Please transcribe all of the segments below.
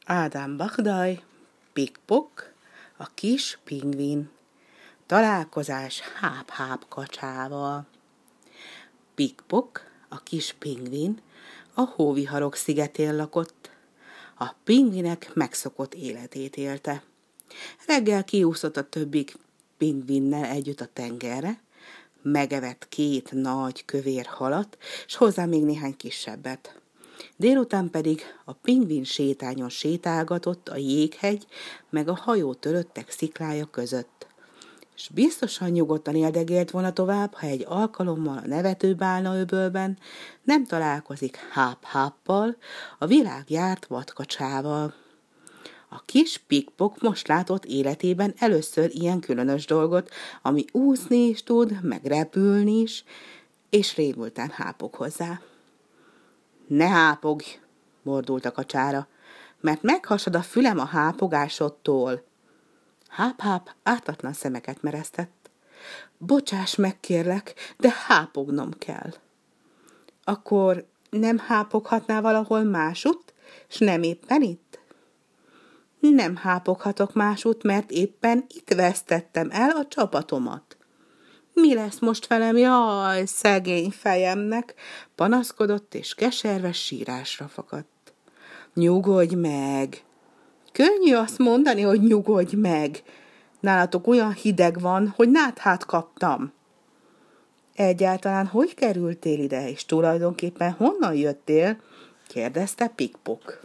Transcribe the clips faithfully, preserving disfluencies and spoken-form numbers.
Ádám Bagdaj, Pik-Pok, a kis pingvin. Találkozás Háp-Háp kacsával. Pik-Pok, a kis pingvin, a hóviharok szigetén lakott. A pingvinek megszokott életét élte. Reggel kiúszott a többi pingvinnel együtt a tengerre, megevett két nagy kövér halat, s hozzá még néhány kisebbet. Délután pedig a pingvin sétányon sétálgatott a jéghegy meg a hajó töröttek sziklája között. És biztosan nyugodtan éldegélt volna tovább, ha egy alkalommal a nevetőbálna öbölben nem találkozik Háp-Háppal, a világ járt vadkacsával. A kis Pik-Pok most látott életében először ilyen különös dolgot, ami úszni is tud, meg repülni is, és rémülten hápog hozzá. Ne hápogj, mordult a kacsára, mert meghasad a fülem a hápogásodtól. Háp-Háp ártatlan szemeket meresztett. Bocsáss meg, kérlek, de hápognom kell. Akkor nem hápoghatnál valahol másutt, s nem éppen itt? Nem hápoghatok másutt, mert éppen itt vesztettem el a csapatomat. Mi lesz most velem, jaj, szegény fejemnek, panaszkodott és keserves sírásra fakadt. Nyugodj meg! Könnyű azt mondani, hogy nyugodj meg! Nálatok olyan hideg van, hogy náthát kaptam. Egyáltalán hogy kerültél ide, és tulajdonképpen honnan jöttél? Kérdezte Pik-Pok.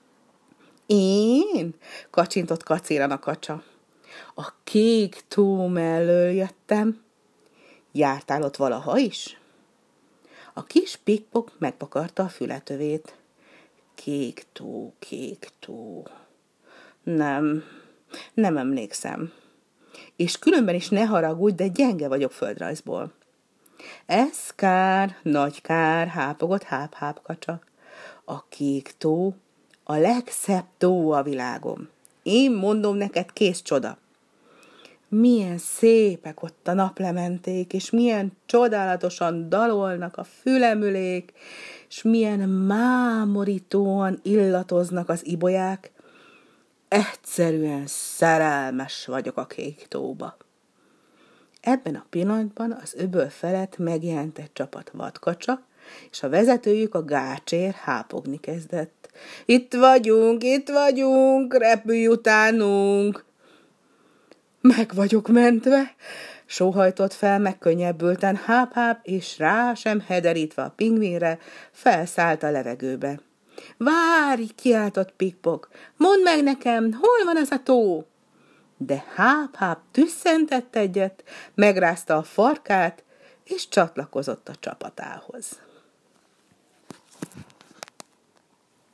Én? Kacsintott kacéran a kacsa. A kék tó mellől jöttem. Jártál ott valaha is? A kis Pik-Pok megpakarta a fületövét. Kék tó, kék tó. Nem, nem emlékszem. És különben is ne haragudj, de gyenge vagyok földrajzból. Ez kár, nagy kár, hápogott Háp-Háp kacsa. A kék tó a legszebb tó a világon. Én mondom neked, kész csoda. Milyen szépek ott a naplementék, és milyen csodálatosan dalolnak a fülemülék, és milyen mámorítóan illatoznak az ibolyák. Egyszerűen szerelmes vagyok a kék tóba. Ebben a pillanatban az öböl felett megjelent egy csapat vadkacsa, és a vezetőjük, a gácsér hápogni kezdett. Itt vagyunk, itt vagyunk, repülj utánunk! Meg vagyok mentve, sóhajtott fel megkönnyebbülten Háp-Háp, és rá sem hederítve a pingvinre, felszállt a levegőbe. Várj, kiáltott Pik-Pok, mondd meg nekem, hol van ez a tó? De Háp-Háp tüsszentett egyet, megrázta a farkát, és csatlakozott a csapatához.